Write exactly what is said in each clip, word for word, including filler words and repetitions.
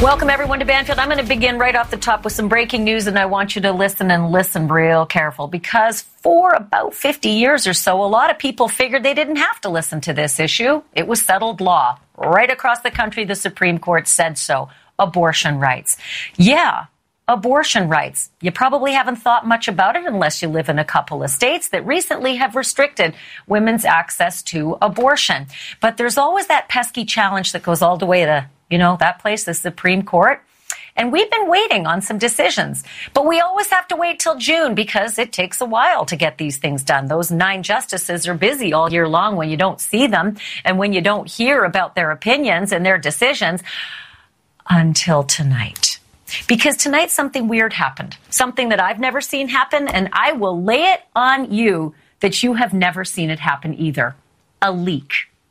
Welcome, everyone, to Banfield. I'm going to begin right off the top with some breaking news, and I want you to listen and listen real careful, because for about fifty years or so, a lot of people figured they didn't have to listen to this issue. It was settled law. Right across the country, the Supreme Court said so. Abortion rights. Yeah, abortion rights. You probably haven't thought much about it unless you live in a couple of states that recently have restricted women's access to abortion. But there's always that pesky challenge that goes all the way to, you know, that place, the Supreme Court. And we've been waiting on some decisions. But we always have to wait till June because it takes a while to get these things done. Those nine justices are busy all year long when you don't see them and when you don't hear about their opinions and their decisions until tonight. Because tonight something weird happened, something that I've never seen happen, and I will lay it on you that you have never seen it happen either. A leak.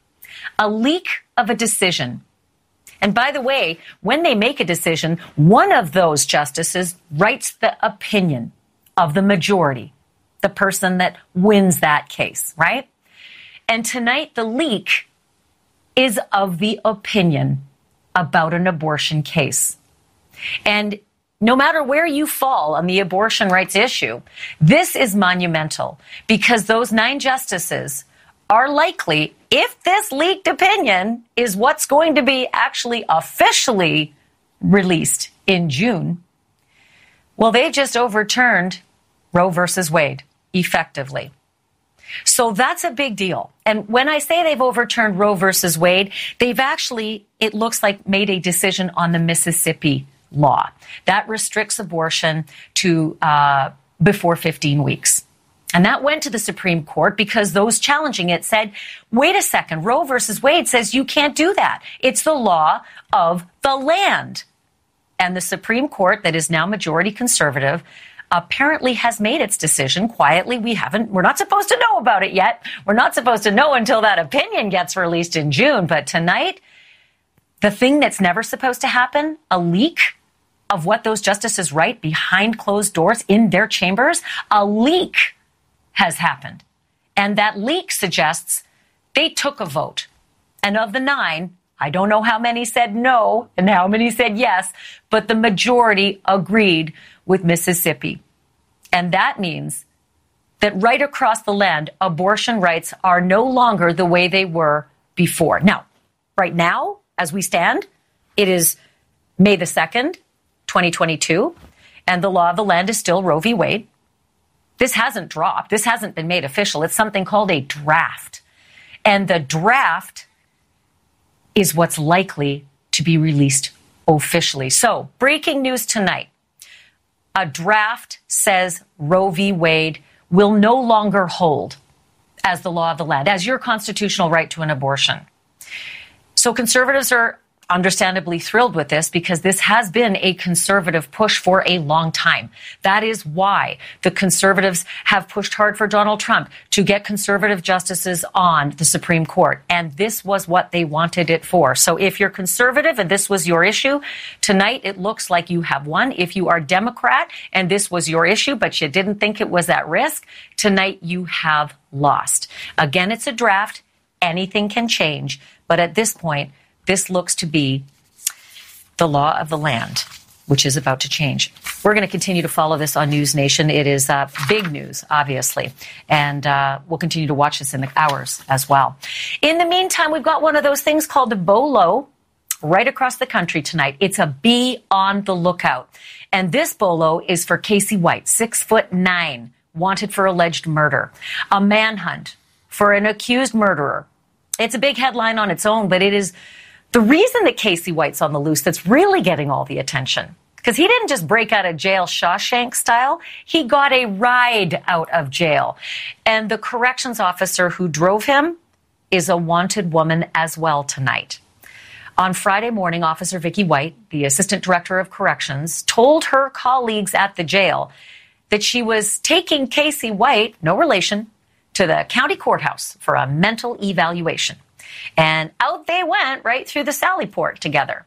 A leak of a decision. And by the way, when they make a decision, one of those justices writes the opinion of the majority, the person that wins that case, right? And tonight, the leak is of the opinion about an abortion case. And no matter where you fall on the abortion rights issue, this is monumental because those nine justices are likely, if this leaked opinion is what's going to be actually officially released in June, well, they just overturned Roe versus Wade effectively. So that's a big deal. And when I say they've overturned Roe versus Wade, they've actually, it looks like, made a decision on the Mississippi law that restricts abortion to uh, before fifteen weeks. And that went to the Supreme Court because those challenging it said, wait a second, Roe versus Wade says you can't do that. It's the law of the land. And the Supreme Court, that is now majority conservative, apparently has made its decision quietly. We haven't, we're not supposed to know about it yet. We're not supposed to know until that opinion gets released in June. But tonight, the thing that's never supposed to happen, a leak of what those justices write behind closed doors in their chambers, a leak has happened. And that leak suggests they took a vote. And of the nine, I don't know how many said no and how many said yes, but the majority agreed with Mississippi. And that means that right across the land, abortion rights are no longer the way they were before. Now, right now, as we stand, it is May the second, twenty twenty-two, and the law of the land is still Roe v. Wade. This hasn't dropped. This hasn't been made official. It's something called a draft. And the draft is what's likely to be released officially. So, breaking news tonight. A draft says Roe v. Wade will no longer hold as the law of the land, as your constitutional right to an abortion. So conservatives are understandably thrilled with this because this has been a conservative push for a long time. That is why the conservatives have pushed hard for Donald Trump to get conservative justices on the Supreme Court. And this was what they wanted it for. So if you're conservative and this was your issue, tonight it looks like you have won. If you are Democrat and this was your issue, but you didn't think it was at risk, tonight you have lost. Again, it's a draft. Anything can change. But at this point, this looks to be the law of the land, which is about to change. We're going to continue to follow this on News Nation. It is uh, big news, obviously, and uh, we'll continue to watch this in the hours as well. In the meantime, we've got one of those things called the BOLO right across the country tonight. It's a be on the lookout. And this BOLO is for Casey White, six foot nine, wanted for alleged murder. A manhunt for an accused murderer. It's a big headline on its own, but it is the reason that Casey White's on the loose that's really getting all the attention. Because he didn't just break out of jail Shawshank style. He got a ride out of jail. And the corrections officer who drove him is a wanted woman as well tonight. On Friday morning, Officer Vicky White, the Assistant Director of Corrections, told her colleagues at the jail that she was taking Casey White, no relation, to the county courthouse for a mental evaluation. And out they went right through the Sally Port together.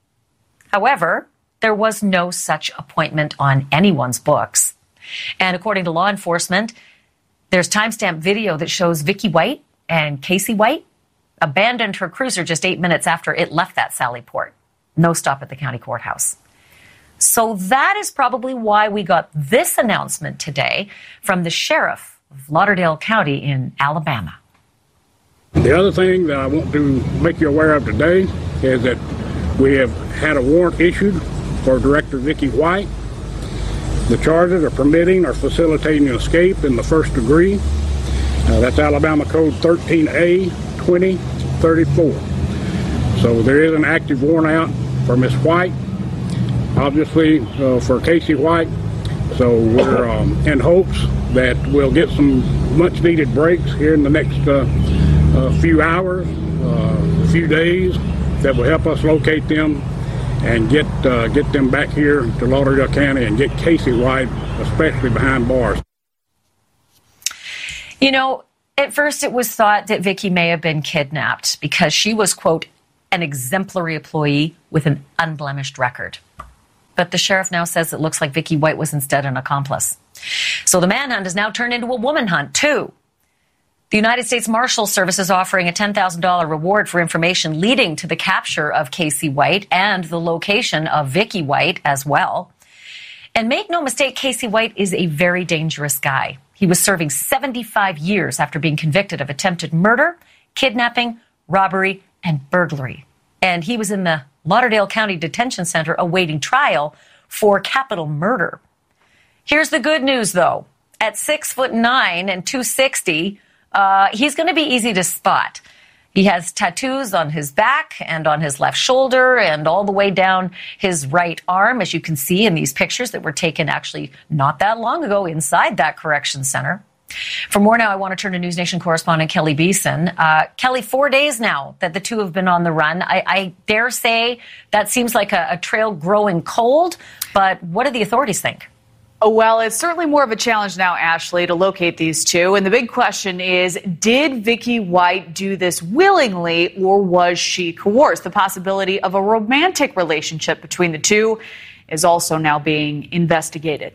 However, there was no such appointment on anyone's books. And according to law enforcement, there's timestamp video that shows Vicky White and Casey White abandoned her cruiser just eight minutes after it left that Sally Port. No stop at the county courthouse. So that is probably why we got this announcement today from the sheriff of Lauderdale County in Alabama. The other thing that I want to make you aware of today is that we have had a warrant issued for Director Vicky White. The charges are permitting or facilitating an escape in the first degree. Uh, that's Alabama Code thirteen A twenty thirty-four. So there is an active warrant out for Miss White, obviously uh, for Casey White. So we're um, in hopes that we'll get some much needed breaks here in the next uh, uh, few hours, uh, few days that will help us locate them and get uh, get them back here to Lauderdale County and get Casey White, especially behind bars. You know, at first it was thought that Vicky may have been kidnapped because she was, quote, an exemplary employee with an unblemished record. But the sheriff now says it looks like Vicky White was instead an accomplice. So the manhunt has now turned into a woman hunt, too. The United States Marshal Service is offering a ten thousand dollars reward for information leading to the capture of Casey White and the location of Vicky White as well. And make no mistake, Casey White is a very dangerous guy. He was serving seventy-five years after being convicted of attempted murder, kidnapping, robbery, and burglary. And he was in the Lauderdale County Detention Center awaiting trial for capital murder. Here's the good news, though. At six foot nine and two sixty, uh, he's going to be easy to spot. He has tattoos on his back and on his left shoulder and all the way down his right arm, as you can see in these pictures that were taken actually not that long ago inside that correction center. For more now, I want to turn to News Nation correspondent Kelly Beeson. Uh, Kelly, four days now that the two have been on the run. I, I dare say that seems like a, a trail growing cold, but what do the authorities think? Oh, well, it's certainly more of a challenge now, Ashley, to locate these two. And the big question is, did Vicky White do this willingly or was she coerced? The possibility of a romantic relationship between the two is also now being investigated.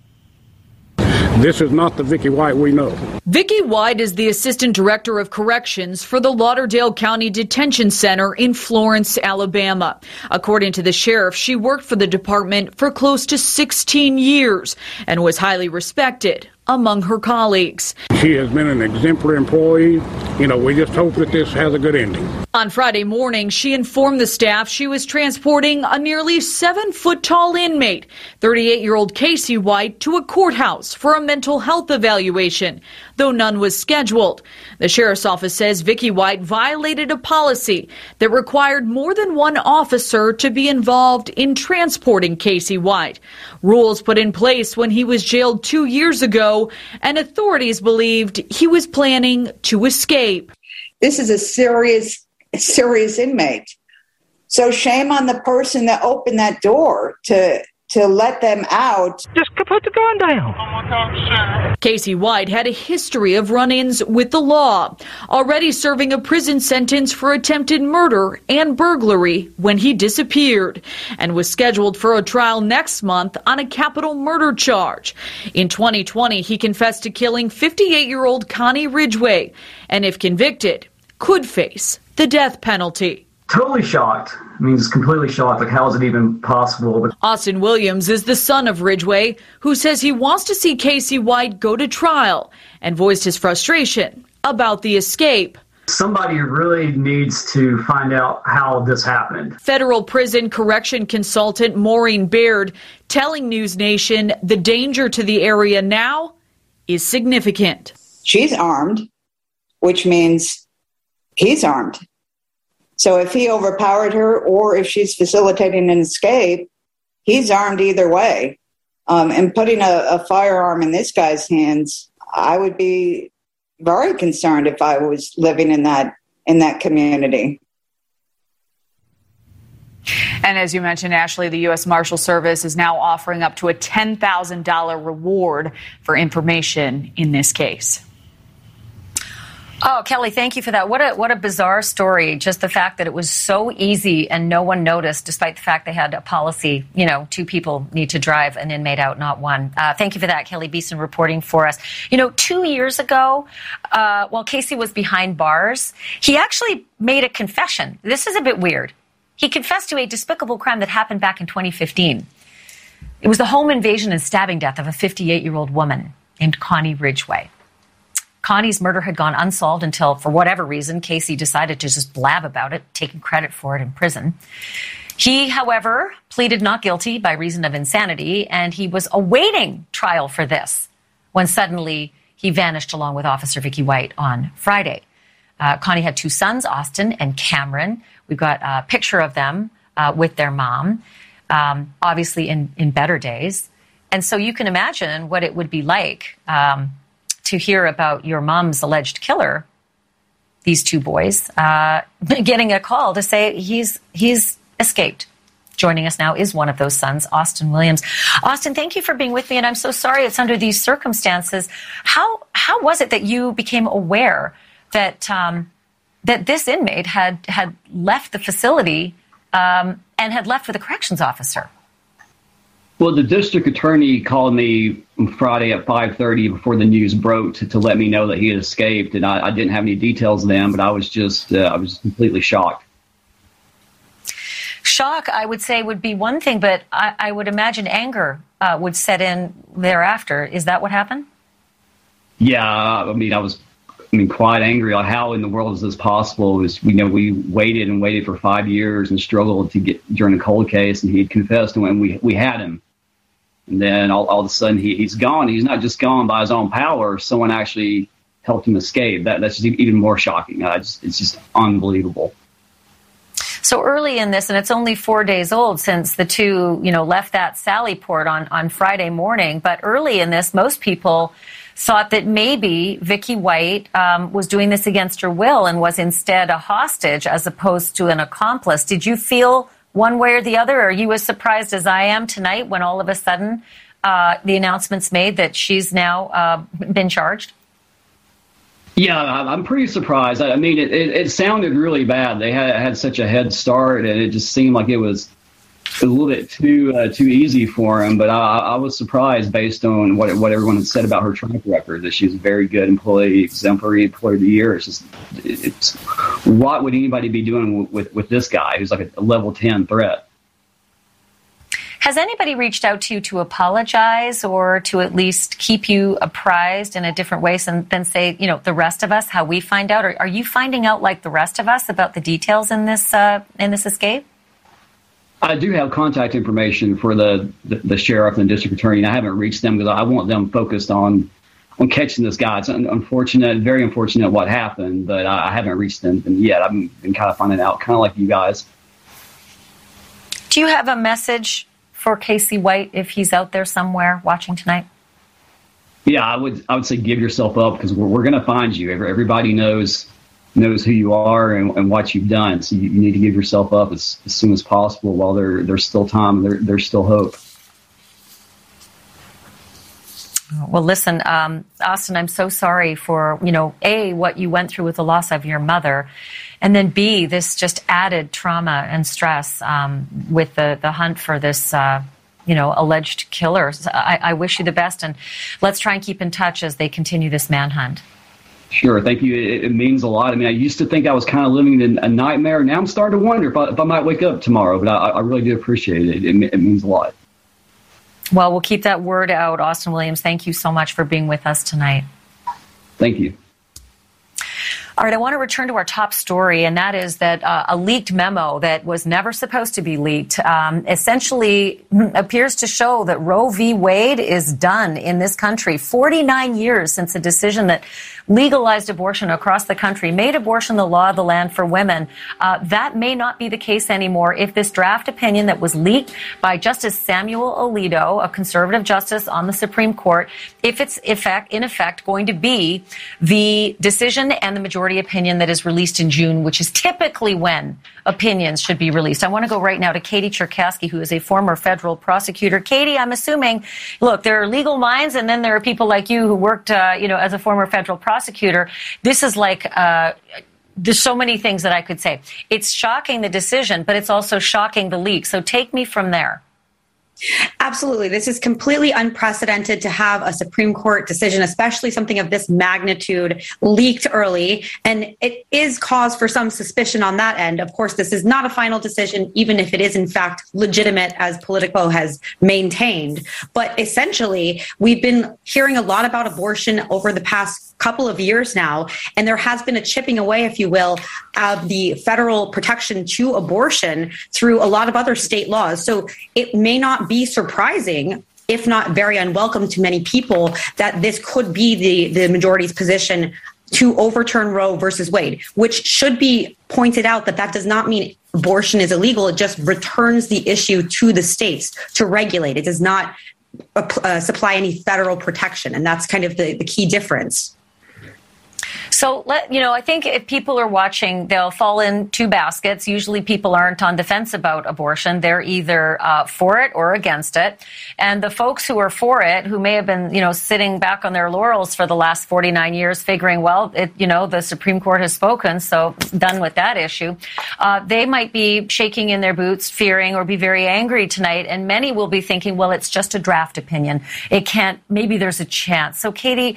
This is not the Vicky White we know. Vicky White is the Assistant Director of Corrections for the Lauderdale County Detention Center in Florence, Alabama. According to the sheriff, she worked for the department for close to sixteen years and was highly respected among her colleagues. She has been an exemplary employee. You know, we just hope that this has a good ending. On Friday morning, she informed the staff she was transporting a nearly seven-foot-tall inmate, thirty-eight-year-old Casey White, to a courthouse for a mental health evaluation, though none was scheduled. The sheriff's office says Vicky White violated a policy that required more than one officer to be involved in transporting Casey White. Rules put in place when he was jailed two years ago, and authorities believed he was planning to escape. This is a serious, serious inmate. So shame on the person that opened that door to to let them out. Just put the gun down. Oh my God, Casey White had a history of run-ins with the law, already serving a prison sentence for attempted murder and burglary when he disappeared, and was scheduled for a trial next month on a capital murder charge. In twenty twenty, he confessed to killing fifty-eight-year-old Connie Ridgway, and if convicted, could face the death penalty. Totally shocked. I mean, just completely shocked. Like, how is it even possible? But Austin Williams is the son of Ridgway, who says he wants to see Casey White go to trial, and voiced his frustration about the escape. Somebody really needs to find out how this happened. Federal prison correction consultant Maureen Baird telling News Nation the danger to the area now is significant. She's armed, which means he's armed. So if he overpowered her or if she's facilitating an escape, he's armed either way. Um, and putting a, a firearm in this guy's hands, I would be very concerned if I was living in that in that community. And as you mentioned, Ashley, the U S Marshal Service is now offering up to a ten thousand dollars reward for information in this case. Oh, Kelly, thank you for that. What a what a bizarre story. Just the fact that it was so easy and no one noticed, despite the fact they had a policy, you know, two people need to drive an inmate out, not one. Uh, thank you for that, Kelly Beeson, reporting for us. You know, two years ago, uh, while Casey was behind bars, he actually made a confession. This is a bit weird. he confessed to a despicable crime that happened back in twenty fifteen. It was the home invasion and stabbing death of a fifty-eight-year-old woman named Connie Ridgway. Connie's murder had gone unsolved until, for whatever reason, Casey decided to just blab about it, taking credit for it in prison. He, however, pleaded not guilty by reason of insanity, and he was awaiting trial for this when suddenly he vanished along with Officer Vicky White on Friday. Uh, Connie had two sons, Austin and Cameron. We've got a picture of them uh, with their mom, um, obviously in, in better days. And so you can imagine what it would be like um, to hear about your mom's alleged killer, these two boys, uh, getting a call to say he's he's escaped. Joining us now is one of those sons, Austin Williams. Austin, thank you for being with me, and I'm so sorry it's under these circumstances. How how was it that you became aware that um, that this inmate had had left the facility um, and had left with a corrections officer? Well, the district attorney called me on Friday at five thirty before the news broke to, to let me know that he had escaped, and I, I didn't have any details then, but I was just uh, I was completely shocked. Shock, I would say, would be one thing, but I, I would imagine anger uh, would set in thereafter. Is that what happened? Yeah, I mean, I was, I mean, quite angry. Like, how in the world is this possible? It was, you know, we waited and waited for five years and struggled to get during the cold case, and he had confessed, and we we had him. And then all, all of a sudden, he, he's gone. He's not just gone by his own power. Someone actually helped him escape. That that's just even more shocking. I just, it's just unbelievable. So early in this, and it's only four days old since the two, you know, left that Sally Port on, on Friday morning. But early in this, most people thought that maybe Vicky White um, was doing this against her will and was instead a hostage as opposed to an accomplice. Did you feel one way or the other? Or are you as surprised as I am tonight when all of a sudden uh, the announcement's made that she's now uh, been charged? Yeah, I'm pretty surprised. I mean, it, it, it sounded really bad. They had had such a head start, and it just seemed like it was a little bit too uh, too easy for him. But I, I was surprised based on what what everyone had said about her track record, that she's a very good employee, exemplary employee of the year. It's just, it's what would anybody be doing with with this guy who's like a level ten threat? Has anybody reached out to you to apologize or to at least keep you apprised in a different way than, than say, you know, the rest of us, how we find out? Or are you finding out like the rest of us about the details in this uh, in this escape? I do have contact information for the, the, the sheriff and district attorney, and I haven't reached them because I want them focused on on catching this guy. It's unfortunate, very unfortunate what happened, but I, I haven't reached them yet. I've been kind of finding out, kind of like you guys. Do you have a message for Casey White if he's out there somewhere watching tonight? Yeah, I would I would say give yourself up, because we're, we're going to find you. Everybody knows knows who you are and, and what you've done. So you, you need to give yourself up as, as soon as possible while there there's still time, there, there's still hope. Well, listen, um, Austin, I'm so sorry for, you know, A, what you went through with the loss of your mother, and then B, this just added trauma and stress um, with the, the hunt for this, uh, you know, alleged killer. So I, I wish you the best, and let's try and keep in touch as they continue this manhunt. Sure. Thank you. It, it means a lot. I mean, I used to think I was kind of living in a nightmare. Now I'm starting to wonder if I, if I might wake up tomorrow, but I, I really do appreciate it. It, it means a lot. Well, we'll keep that word out. Austin Williams, thank you so much for being with us tonight. Thank you. All right, I want to return to our top story, and that is that uh, a leaked memo that was never supposed to be leaked um, essentially appears to show that Roe v. Wade is done in this country. forty-nine years since a decision that legalized abortion across the country, made abortion the law of the land for women. Uh, that may not be the case anymore if this draft opinion that was leaked by Justice Samuel Alito, a conservative justice on the Supreme Court, if it's effect, in effect going to be the decision and the majority opinion that is released in June, which is typically when opinions should be released. I want to go right now to Katie Cherkasky, who is a former federal prosecutor. Katie, I'm assuming, look, there are legal minds, and then there are people like you who worked, uh, you know, as a former federal prosecutor. This is like, uh, there's so many things that I could say. It's shocking, the decision, but it's also shocking, the leak. So take me from there. Absolutely. This is completely unprecedented to have a Supreme Court decision, especially something of this magnitude, leaked early. And it is cause for some suspicion on that end. Of course, this is not a final decision, even if it is in fact legitimate, as Politico has maintained. But essentially, we've been hearing a lot about abortion over the past couple of years now, and there has been a chipping away, if you will, of the federal protection to abortion through a lot of other state laws. So it may not be surprising, if not very unwelcome to many people, that this could be the, the majority's position to overturn Roe versus Wade, which should be pointed out that that does not mean abortion is illegal. It just returns the issue to the states to regulate. It does not uh, supply any federal protection. And that's kind of the, the key difference. So, let, you know, I think if people are watching, they'll fall in two baskets. Usually people aren't on the fence about abortion. They're either uh, for it or against it. And the folks who are for it, who may have been, you know, sitting back on their laurels for the last forty-nine years, figuring, well, it, you know, the Supreme Court has spoken, so done with that issue. Uh, they might be shaking in their boots, fearing or be very angry tonight. And many will be thinking, well, it's just a draft opinion. It can't, maybe there's a chance. So, Katie,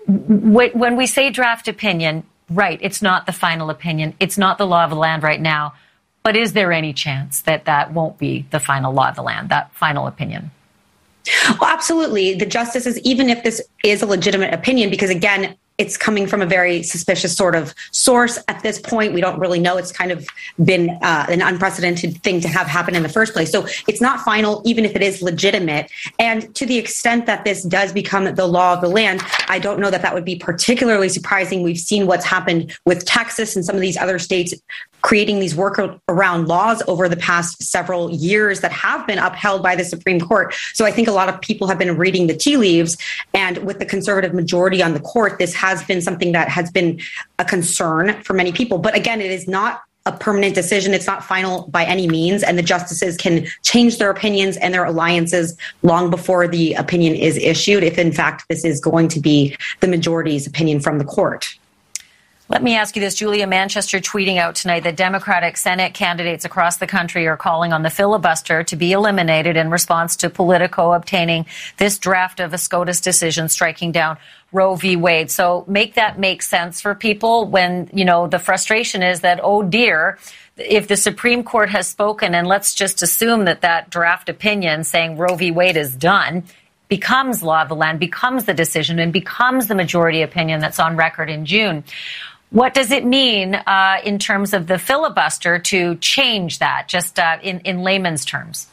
when we say draft opinion, right, it's not the final opinion. It's not the law of the land right now. But is there any chance that that won't be the final law of the land, that final opinion? Well, absolutely. The justices, even if this is a legitimate opinion, because again, it's coming from a very suspicious sort of source at this point. We don't really know. It's kind of been uh, an unprecedented thing to have happen in the first place. So it's not final, even if it is legitimate. And to the extent that this does become the law of the land, I don't know that that would be particularly surprising. We've seen what's happened with Texas and some of these other states creating these workaround laws over the past several years that have been upheld by the Supreme Court. So I think a lot of people have been reading the tea leaves. And with the conservative majority on the court, this has been something that has been a concern for many people. But again, it is not a permanent decision. It's not final by any means. And the justices can change their opinions and their alliances long before the opinion is issued, if in fact this is going to be the majority's opinion from the court. Let me ask you this. Julia Manchester tweeting out tonight that Democratic Senate candidates across the country are calling on the filibuster to be eliminated in response to Politico obtaining this draft of a SCOTUS decision striking down Roe v. Wade. So make that make sense for people when, you know, the frustration is that, oh, dear, if the Supreme Court has spoken, and let's just assume that that draft opinion saying Roe v. Wade is done becomes law of the land, becomes the decision, and becomes the majority opinion that's on record in June. What does it mean uh, in terms of the filibuster to change that, just uh, in, in layman's terms?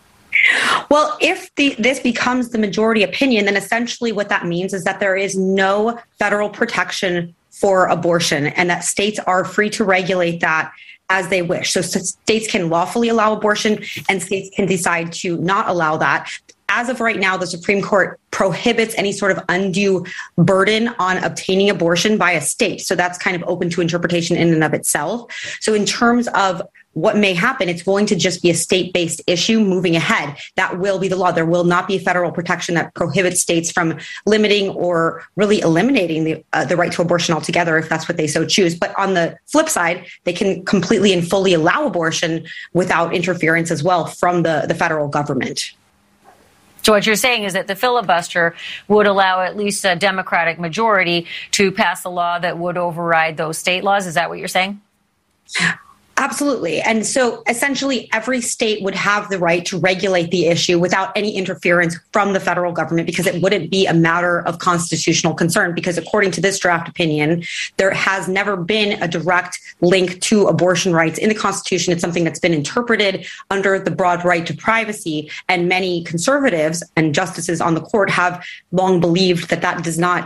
Well, if the, this becomes the majority opinion, then essentially what that means is that there is no federal protection for abortion and that states are free to regulate that as they wish. So states can lawfully allow abortion and states can decide to not allow that. As of right now, the Supreme Court prohibits any sort of undue burden on obtaining abortion by a state. So that's kind of open to interpretation in and of itself. So in terms of what may happen, it's going to just be a state-based issue moving ahead. That will be the law. There will not be federal protection that prohibits states from limiting or really eliminating the uh, the right to abortion altogether if that's what they so choose. But on the flip side, they can completely and fully allow abortion without interference as well from the, the federal government. So what you're saying is that the filibuster would allow at least a Democratic majority to pass a law that would override those state laws. Is that what you're saying? Absolutely. And so essentially every state would have the right to regulate the issue without any interference from the federal government, because it wouldn't be a matter of constitutional concern, because according to this draft opinion, there has never been a direct link to abortion rights in the Constitution. It's something that's been interpreted under the broad right to privacy. And many conservatives and justices on the court have long believed that that does not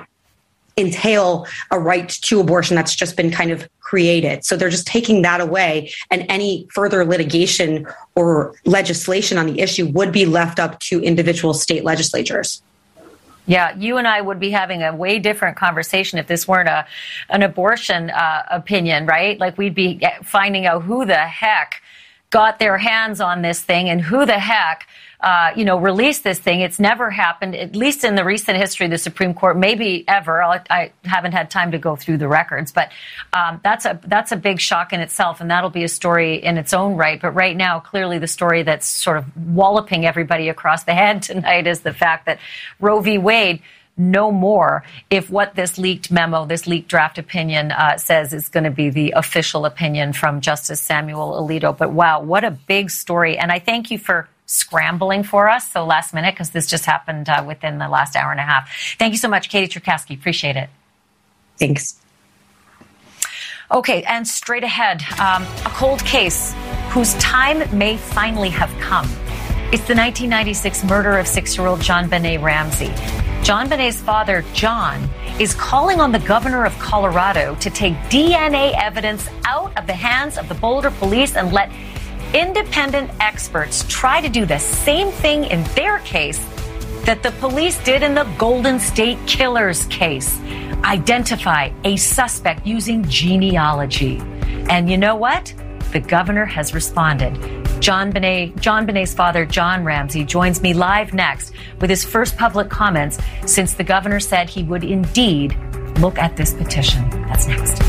entail a right to abortion that's just been kind of created. So they're just taking that away, and any further litigation or legislation on the issue would be left up to individual state legislatures. Yeah, you and I would be having a way different conversation if this weren't a an abortion uh, opinion, right? Like we'd be finding out who the heck got their hands on this thing and who the heck uh, you know, release this thing. It's never happened, at least in the recent history of the Supreme Court, maybe ever. I, I haven't had time to go through the records, but um, that's a that's a big shock in itself, and that'll be a story in its own right. But right now, clearly the story that's sort of walloping everybody across the head tonight is the fact that Roe v. Wade, no more, if what this leaked memo, this leaked draft opinion uh, says is going to be the official opinion from Justice Samuel Alito. But wow, what a big story. And I thank you for scrambling for us so last minute, because this just happened uh, within the last hour and a half. Thank you so much, Katie Cherkasky. Appreciate it. Thanks. Okay, and straight ahead, um, a cold case whose time may finally have come. It's the nineteen ninety-six murder of six-year-old JonBenét Ramsey. JonBenét's father, John, is calling on the governor of Colorado to take D N A evidence out of the hands of the Boulder police and let independent experts try to do the same thing in their case that the police did in the Golden State Killers case. Identify a suspect using genealogy. And you know what? The governor has responded. JonBenét, JonBenét's father, John Ramsey, joins me live next with his first public comments since the governor said he would indeed look at this petition. That's next.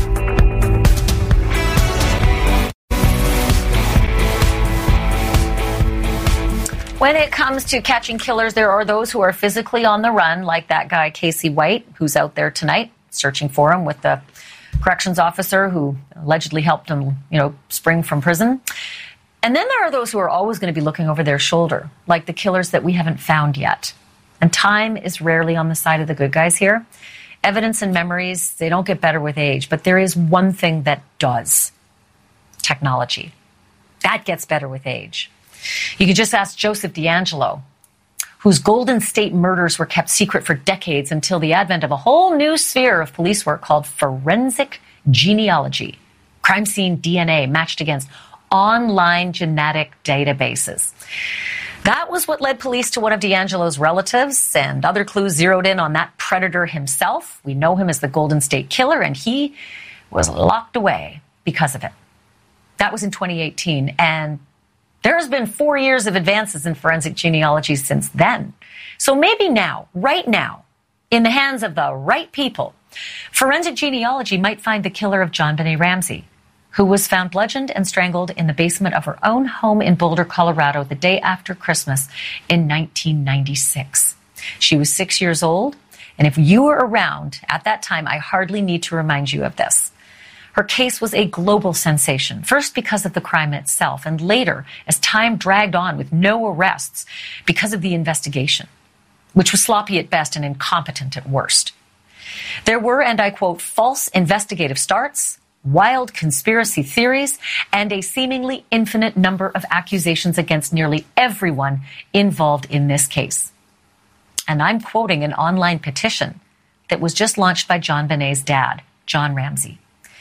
When it comes to catching killers, there are those who are physically on the run, like that guy, Casey White, who's out there tonight searching for him with the corrections officer who allegedly helped him, you know, spring from prison. And then there are those who are always going to be looking over their shoulder, like the killers that we haven't found yet. And time is rarely on the side of the good guys here. Evidence and memories, they don't get better with age, but there is one thing that does. Technology. That gets better with age. You can just ask Joseph DeAngelo, whose Golden State murders were kept secret for decades until the advent of a whole new sphere of police work called forensic genealogy. Crime scene D N A matched against online genetic databases. That was what led police to one of DeAngelo's relatives, and other clues zeroed in on that predator himself. We know him as the Golden State Killer, and he was locked away because of it. That was in twenty eighteen, and there has been four years of advances in forensic genealogy since then. So maybe now, right now, in the hands of the right people, forensic genealogy might find the killer of JonBenét Ramsey, who was found bludgeoned and strangled in the basement of her own home in Boulder, Colorado, the day after Christmas in nineteen ninety-six. She was six years old, and if you were around at that time, I hardly need to remind you of this. Her case was a global sensation, first because of the crime itself, and later as time dragged on with no arrests because of the investigation, which was sloppy at best and incompetent at worst. There were, and I quote, false investigative starts, wild conspiracy theories, and a seemingly infinite number of accusations against nearly everyone involved in this case. And I'm quoting an online petition that was just launched by JonBenét's dad, John Ramsey.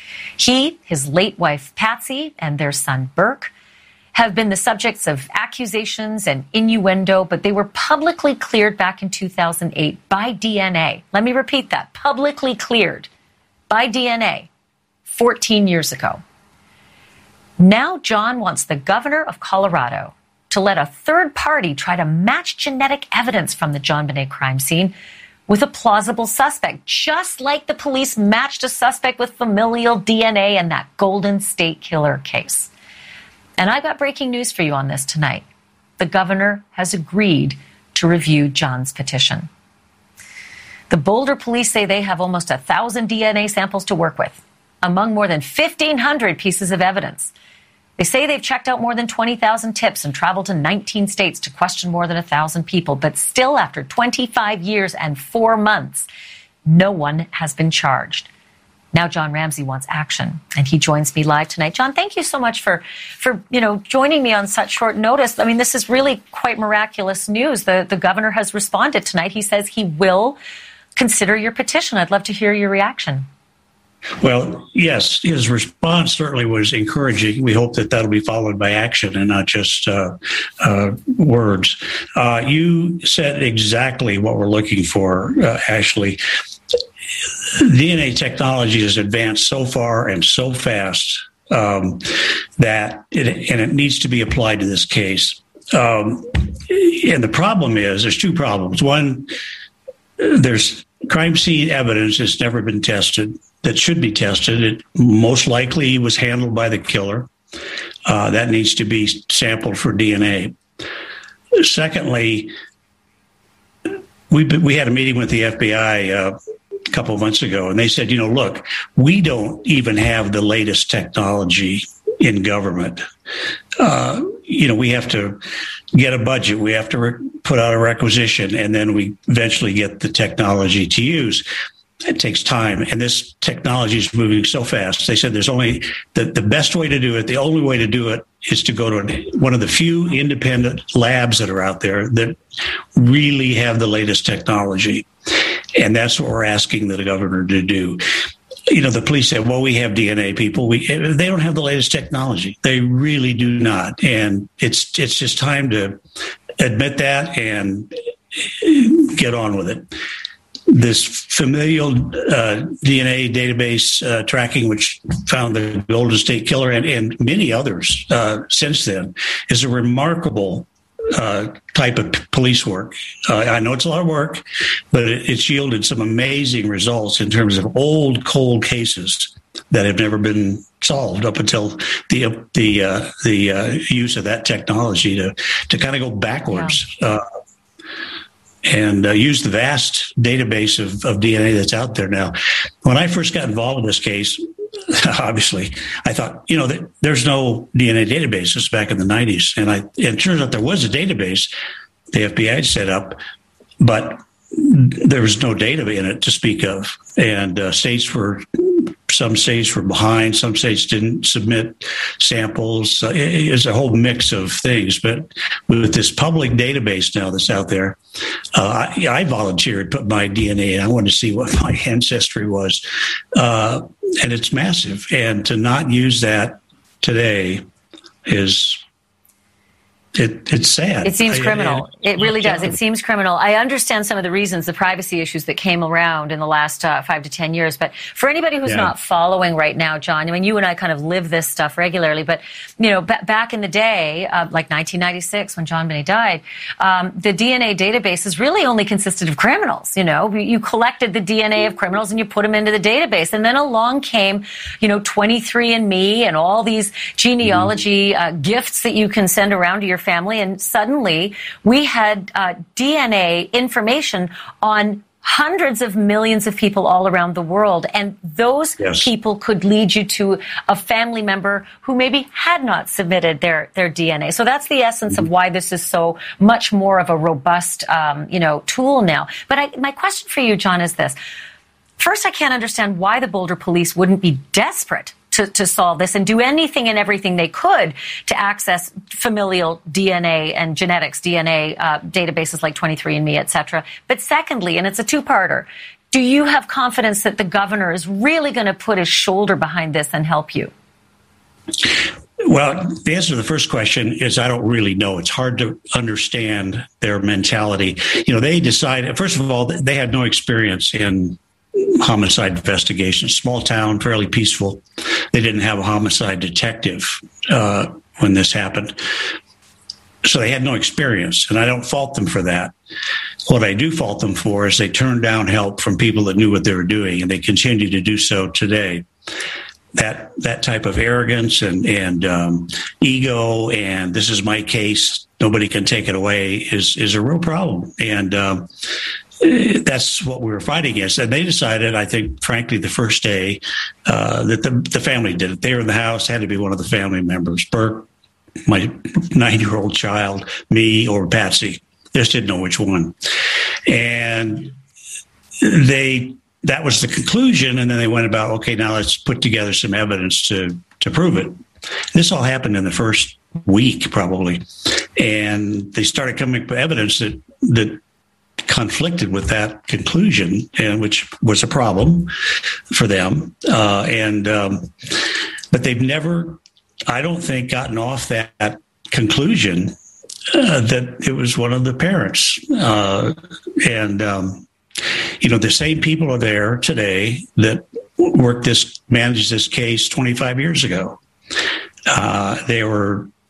He, his late wife Patsy, and their son Burke have been the subjects of accusations and innuendo, but they were publicly cleared back in two thousand eight by D N A. Let me repeat that. Publicly cleared by D N A fourteen years ago. Now John wants the governor of Colorado to let a third party try to match genetic evidence from the JonBenét crime scene with a plausible suspect, just like the police matched a suspect with familial D N A in that Golden State Killer case. And I've got breaking news for you on this tonight. The governor has agreed to review John's petition. The Boulder police say they have almost a thousand D N A samples to work with, among more than fifteen hundred pieces of evidence. They say they've checked out more than twenty thousand tips and traveled to nineteen states to question more than one thousand people. But still, after twenty-five years and four months, no one has been charged. Now John Ramsey wants action, and he joins me live tonight. John, thank you so much for, for you know, joining me on such short notice. I mean, this is really quite miraculous news. The, the governor has responded tonight. He says he will consider your petition. I'd love to hear your reaction. Well, yes, his response certainly was encouraging. We hope that that'll be followed by action and not just uh, uh, words. Uh, you said exactly what we're looking for, uh, Ashley. D N A technology has advanced so far and so fast um, that it, and it needs to be applied to this case. Um, and the problem is there's two problems. One, there's crime scene evidence that's never been tested that should be tested. It most likely was handled by the killer. Uh, that needs to be sampled for D N A. Secondly, we we had a meeting with the F B I uh, a couple of months ago, and they said, you know, look, we don't even have the latest technology in government. Uh, you know, we have to get a budget, we have to re- put out a requisition, and then we eventually get the technology to use. It takes time, and this technology is moving so fast. They said there's only the, the best way to do it, the only way to do it is to go to one of the few independent labs that are out there that really have the latest technology. And that's what we're asking the governor to do. You know, the police said, well, we have D N A people. We they don't have the latest technology. They really do not. And it's it's just time to admit that and get on with it. This familial uh, D N A database uh, tracking, which found the Golden State Killer and, and many others uh, since then, is a remarkable uh, type of police work. Uh, I know it's a lot of work, but it, it's yielded some amazing results in terms of old, cold cases that have never been solved up until the the uh, the uh, use of that technology to to kind of go backwards. Yeah. Uh, and uh, use the vast database of, of D N A that's out there now. When I first got involved in this case, obviously, I thought, you know, that there's no D N A database. This was back in the nineties. And, I, and it turns out there was a database the F B I had set up, but there was no data in it to speak of. And uh, states were, some states were behind, some states didn't submit samples. Uh, it, it's a whole mix of things. But with this public database now that's out there, uh, I, I volunteered, put my D N A in. I wanted to see what my ancestry was. Uh, and it's massive. And to not use that today is... It, it's sad. It seems I, criminal. I, I, it really does. It seems criminal. I understand some of the reasons, the privacy issues that came around in the last uh, five to ten years. But for anybody who's yeah. not following right now, John, I mean, you and I kind of live this stuff regularly. But, you know, b- back in the day, uh, like nineteen ninety-six, when John Binney died, um, the D N A databases really only consisted of criminals. You know, you collected the D N A of criminals and you put them into the database. And then along came, you know, twenty-three and me and all these genealogy uh, gifts that you can send around to your family, and suddenly we had uh, D N A information on hundreds of millions of people all around the world, and those yes. people could lead you to a family member who maybe had not submitted their their D N A. So that's the essence mm-hmm. of why this is so much more of a robust, um, you know, tool now. But I, my question for you, John, is this: first, I can't understand why the Boulder police wouldn't be desperate To, to solve this and do anything and everything they could to access familial D N A and genetics D N A uh, databases like twenty-three and me, et cetera. But secondly, and it's a two-parter, do you have confidence that the governor is really going to put his shoulder behind this and help you? Well, the answer to the first question is I don't really know. It's hard to understand their mentality. You know, they decided, first of all, they had no experience in homicide investigation. Small town, fairly peaceful. They didn't have a homicide detective uh, when this happened. So they had no experience, and I don't fault them for that. What I do fault them for is they turned down help from people that knew what they were doing, and they continue to do so today. That that type of arrogance and, and um, ego and this is my case, nobody can take it away is, is a real problem. And um, that's what we were fighting against. And they decided, I think, frankly, the first day uh, that the, the family did it. They were in the house, had to be one of the family members. Burke, my nine-year-old child, me, or Patsy. They just didn't know which one. And they that was the conclusion. And then they went about, okay, now let's put together some evidence to, to prove it. This all happened in the first week, probably. And they started coming up with evidence that that conflicted with that conclusion, and which was a problem for them. Uh, and um, but they've never, I don't think, gotten off that, that conclusion uh, that it was one of the parents. Uh, and um, you know, the same people are there today that worked this, managed this case twenty-five years ago. Uh, they were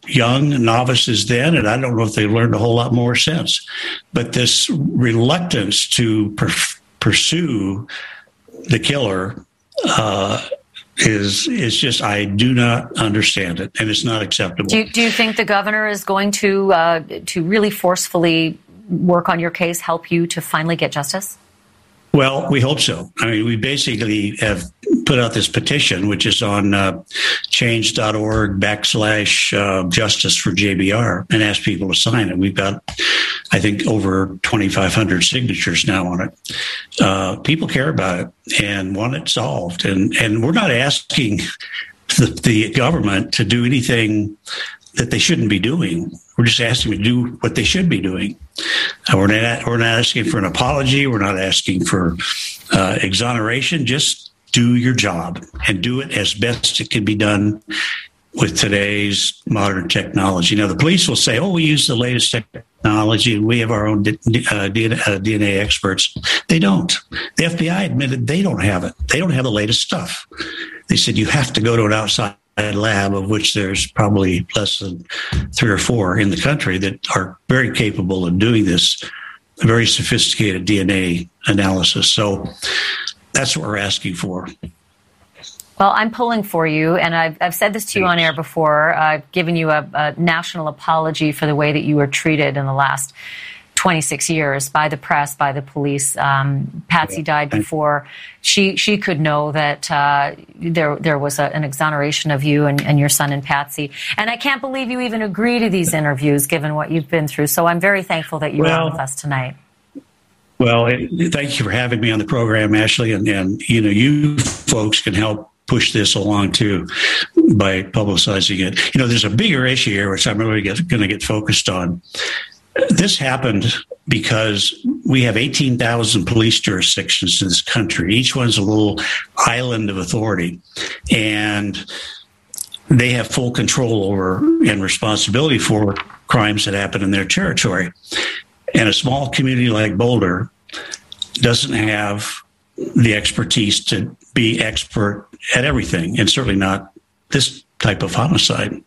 young novices then, and I don't know if they learned a whole lot more since. But this reluctance to per- pursue the killer uh, is is just, I do not understand it, and it's not acceptable. Do you, do you think the governor is going to uh, to really forcefully work on your case, help you to finally get justice? Well, we hope so. I mean, we basically have put out this petition, which is on uh, change.org backslash uh, justice for J B R, and ask people to sign it. We've got, I think, over twenty-five hundred signatures now on it. Uh, people care about it and want it solved. And, and we're not asking the, the government to do anything that they shouldn't be doing. We're just asking them to do what they should be doing. Uh, we're not we're not asking for an apology. We're not asking for uh, exoneration. Just do your job and do it as best it can be done with today's modern technology. Now, the police will say, oh, we use the latest technology and we have our own uh, D N A experts. They don't. The F B I admitted they don't have it. They don't have the latest stuff. They said you have to go to an outside lab, of which there's probably less than three or four in the country that are very capable of doing this very sophisticated D N A analysis. So that's what we're asking for. Well, I'm pulling for you, and I've, I've said this to you on air before. I've given you a, a national apology for the way that you were treated in the last twenty-six years by the press, by the police. Um, Patsy died before she she could know that uh, there there was a, an exoneration of you and, and your son and Patsy. And I can't believe you even agree to these interviews, given what you've been through. So I'm very thankful that you well, are with us tonight. Well, it, thank you for having me on the program, Ashley. And, and you know, you folks can help push this along too by publicizing it. You know, there's a bigger issue here, which I'm really going to get focused on. This happened because we have eighteen thousand police jurisdictions in this country. Each one's a little island of authority, and they have full control over and responsibility for crimes that happen in their territory. And a small community like Boulder doesn't have the expertise to be expert at everything, and certainly not this type of homicide.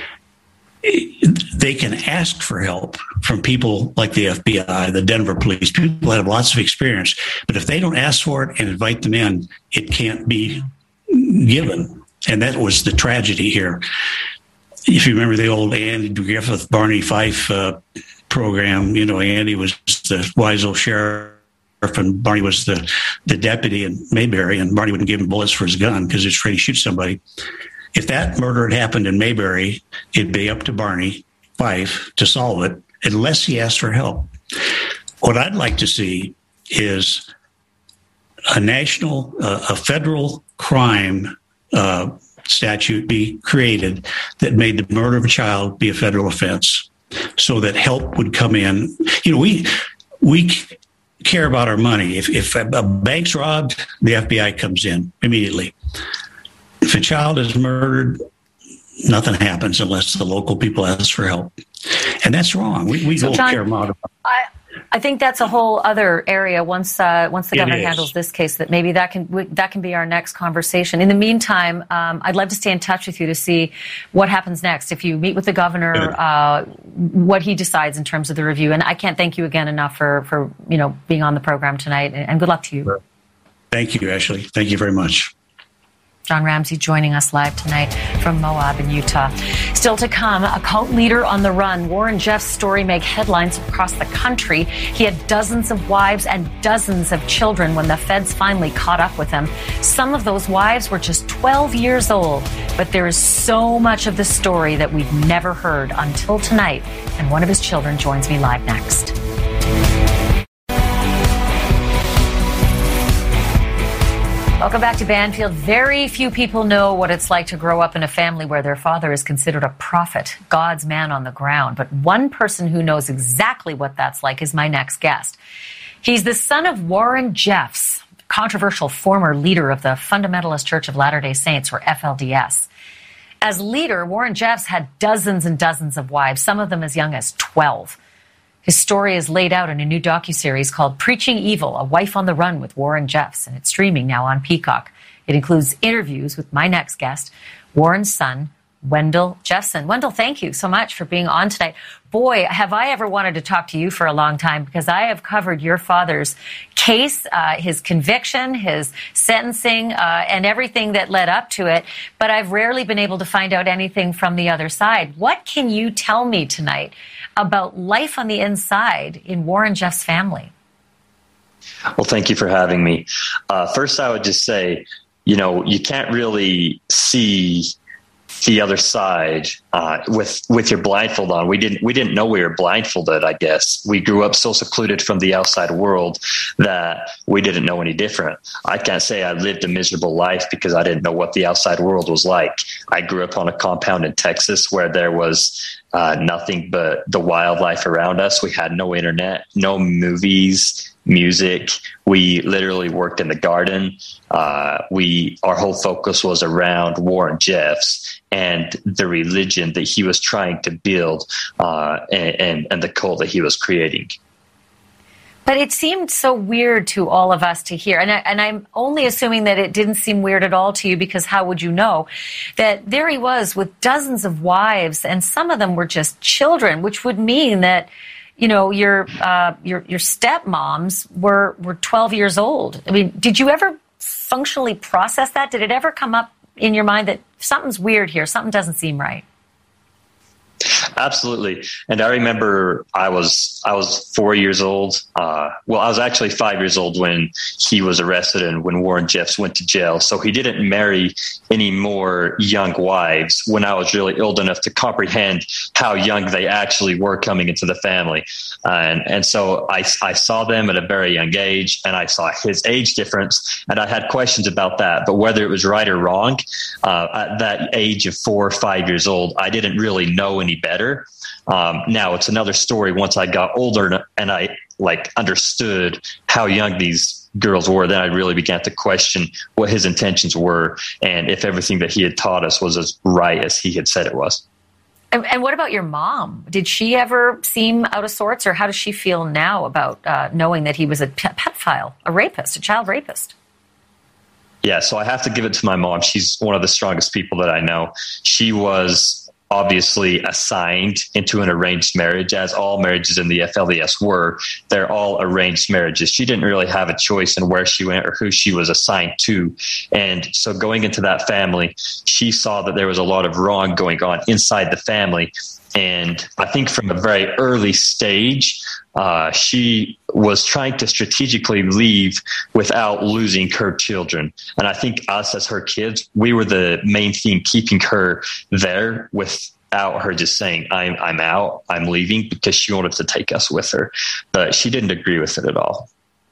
They can ask for help from people like the F B I, the Denver police, people that have lots of experience. But if they don't ask for it and invite them in, it can't be given. And that was the tragedy here. If you remember the old Andy Griffith, Barney Fife uh, program, you know, Andy was the wise old sheriff and Barney was the, the deputy in Mayberry, and Barney wouldn't give him bullets for his gun because he was afraid to shoot somebody. If that murder had happened in Mayberry, it'd be up to Barney Fife to solve it, unless he asked for help. What I'd like to see is a national, uh, a federal crime uh, statute be created that made the murder of a child be a federal offense, so that help would come in. You know, we we care about our money. If if a bank's robbed, the F B I comes in immediately. If a child is murdered, nothing happens unless the local people ask for help. And that's wrong. We, we so don't John, care about it. I, I think that's a whole other area once uh, once the It governor is. handles this case, that maybe that can we, that can be our next conversation. In the meantime, um, I'd love to stay in touch with you to see what happens next. If you meet with the governor, uh, what he decides in terms of the review. And I can't thank you again enough for, for you know being on the program tonight. And, and good luck to you. Thank you, Ashley. Thank you very much. John Ramsey joining us live tonight from Moab in Utah. Still to come, a cult leader on the run. Warren Jeff's story made headlines across the country. He had dozens of wives and dozens of children when the feds finally caught up with him. Some of those wives were just twelve years old. But there is so much of the story that we've never heard until tonight. And one of his children joins me live next. Welcome back to Banfield. Very few people know what it's like to grow up in a family where their father is considered a prophet, God's man on the ground. But one person who knows exactly what that's like is my next guest. He's the son of Warren Jeffs, controversial former leader of the Fundamentalist Church of Latter-day Saints, or F L D S. As leader, Warren Jeffs had dozens and dozens of wives, some of them as young as twelve. His story is laid out in a new docuseries called Preaching Evil, A Wife on the Run with Warren Jeffs, and it's streaming now on Peacock. It includes interviews with my next guest, Warren's son, Wendell Jeffson. Wendell, thank you so much for being on tonight. Boy, have I ever wanted to talk to you for a long time, because I have covered your father's case, uh, his conviction, his sentencing, uh, and everything that led up to it. But I've rarely been able to find out anything from the other side. What can you tell me tonight about life on the inside in Warren Jeff's family? Well, thank you for having me. Uh, first, I would just say, you know, you can't really see the other side uh, with with your blindfold on. We didn't we didn't know we were blindfolded. I guess we grew up so secluded from the outside world that we didn't know any different. I can't say I lived a miserable life because I didn't know what the outside world was like. I grew up on a compound in Texas where there was uh, nothing but the wildlife around us. We had no internet, no movies, music. We literally worked in the garden. Uh, we our whole focus was around Warren Jeffs and the religion that he was trying to build, uh, and, and and the cult that he was creating. But it seemed so weird to all of us to hear, and, I, and I'm only assuming that it didn't seem weird at all to you, because how would you know that there he was with dozens of wives, and some of them were just children, which would mean that, you know, your uh, your your stepmoms were were twelve years old. I mean, did you ever functionally process that? Did it ever come up in your mind that something's weird here, something doesn't seem right? Absolutely. And I remember I was I was four years old. Uh, well, I was actually five years old when he was arrested and when Warren Jeffs went to jail. So he didn't marry any more young wives when I was really old enough to comprehend how young they actually were coming into the family. Uh, and, and so I, I saw them at a very young age, and I saw his age difference, and I had questions about that. But whether it was right or wrong, uh, at that age of four or five years old, I didn't really know any better. Um, now it's another story once I got older and I like understood how young these girls were. Then I really began to question what his intentions were and if everything that he had taught us was as right as he had said it was. And, and what about your mom? Did she ever seem out of sorts, or how does she feel now about uh, knowing that he was a pedophile, a rapist, a child rapist? Yeah, so I have to give it to my mom. She's one of the strongest people that I know. She was obviously assigned into an arranged marriage, as all marriages in the F L D S were. They're all arranged marriages. She didn't really have a choice in where she went or who she was assigned to. And so going into that family, she saw that there was a lot of wrong going on inside the family. And I think from a very early stage, uh, she was trying to strategically leave without losing her children. And I think us as her kids, we were the main thing keeping her there without her just saying, I'm, I'm out, I'm leaving, because she wanted to take us with her. But she didn't agree with it at all.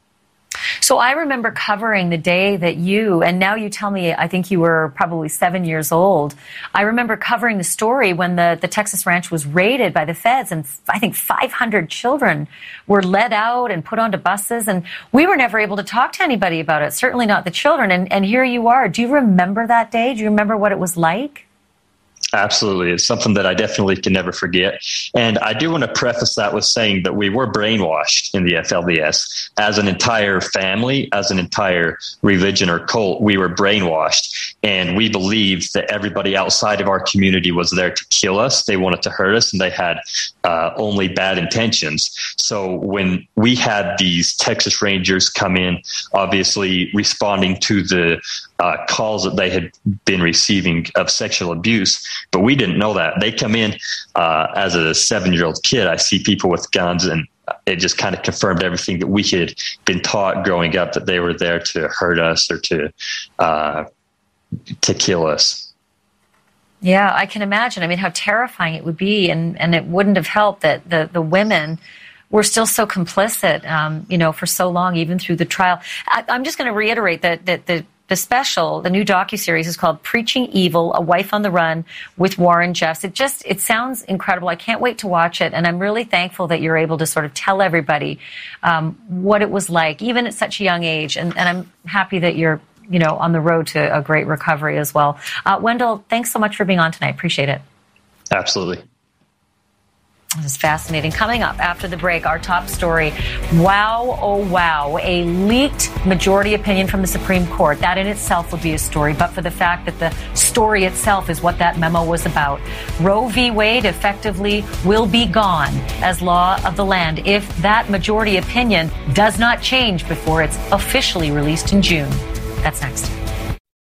So I remember covering the day that you, and now you tell me, I think you were probably seven years old. I remember covering the story when the, the Texas ranch was raided by the feds, and I think five hundred children were led out and put onto buses, and we were never able to talk to anybody about it, certainly not the children. And, and here you are. Do you remember that day? Do you remember what it was like? Absolutely. It's something that I definitely can never forget. And I do want to preface that with saying that we were brainwashed in the F L D S as an entire family, as an entire religion or cult. We were brainwashed, and we believed that everybody outside of our community was there to kill us. They wanted to hurt us, and they had uh, only bad intentions. So when we had these Texas Rangers come in, obviously responding to the Uh, calls that they had been receiving of sexual abuse, but we didn't know that. They come in uh, as a seven-year-old kid. I see people with guns, and it just kind of confirmed everything that we had been taught growing up, that they were there to hurt us or to uh, to kill us. Yeah, I can imagine. I mean, how terrifying it would be, and, and it wouldn't have helped that the, the women were still so complicit, um, you know, for so long, even through the trial. I, I'm just going to reiterate that that the The special, the new docuseries, is called Preaching Evil, A Wife on the Run with Warren Jeffs. It just, it sounds incredible. I can't wait to watch it. And I'm really thankful that you're able to sort of tell everybody um, what it was like, even at such a young age. And, and I'm happy that you're, you know, on the road to a great recovery as well. Uh, Wendell, thanks so much for being on tonight. Appreciate it. Absolutely. This is fascinating. Coming up after the break, our top story. Wow, oh wow, a leaked majority opinion from the Supreme Court. That in itself would be a story, but for the fact that the story itself is what that memo was about. Roe v. Wade effectively will be gone as law of the land if that majority opinion does not change before it's officially released in June. That's next.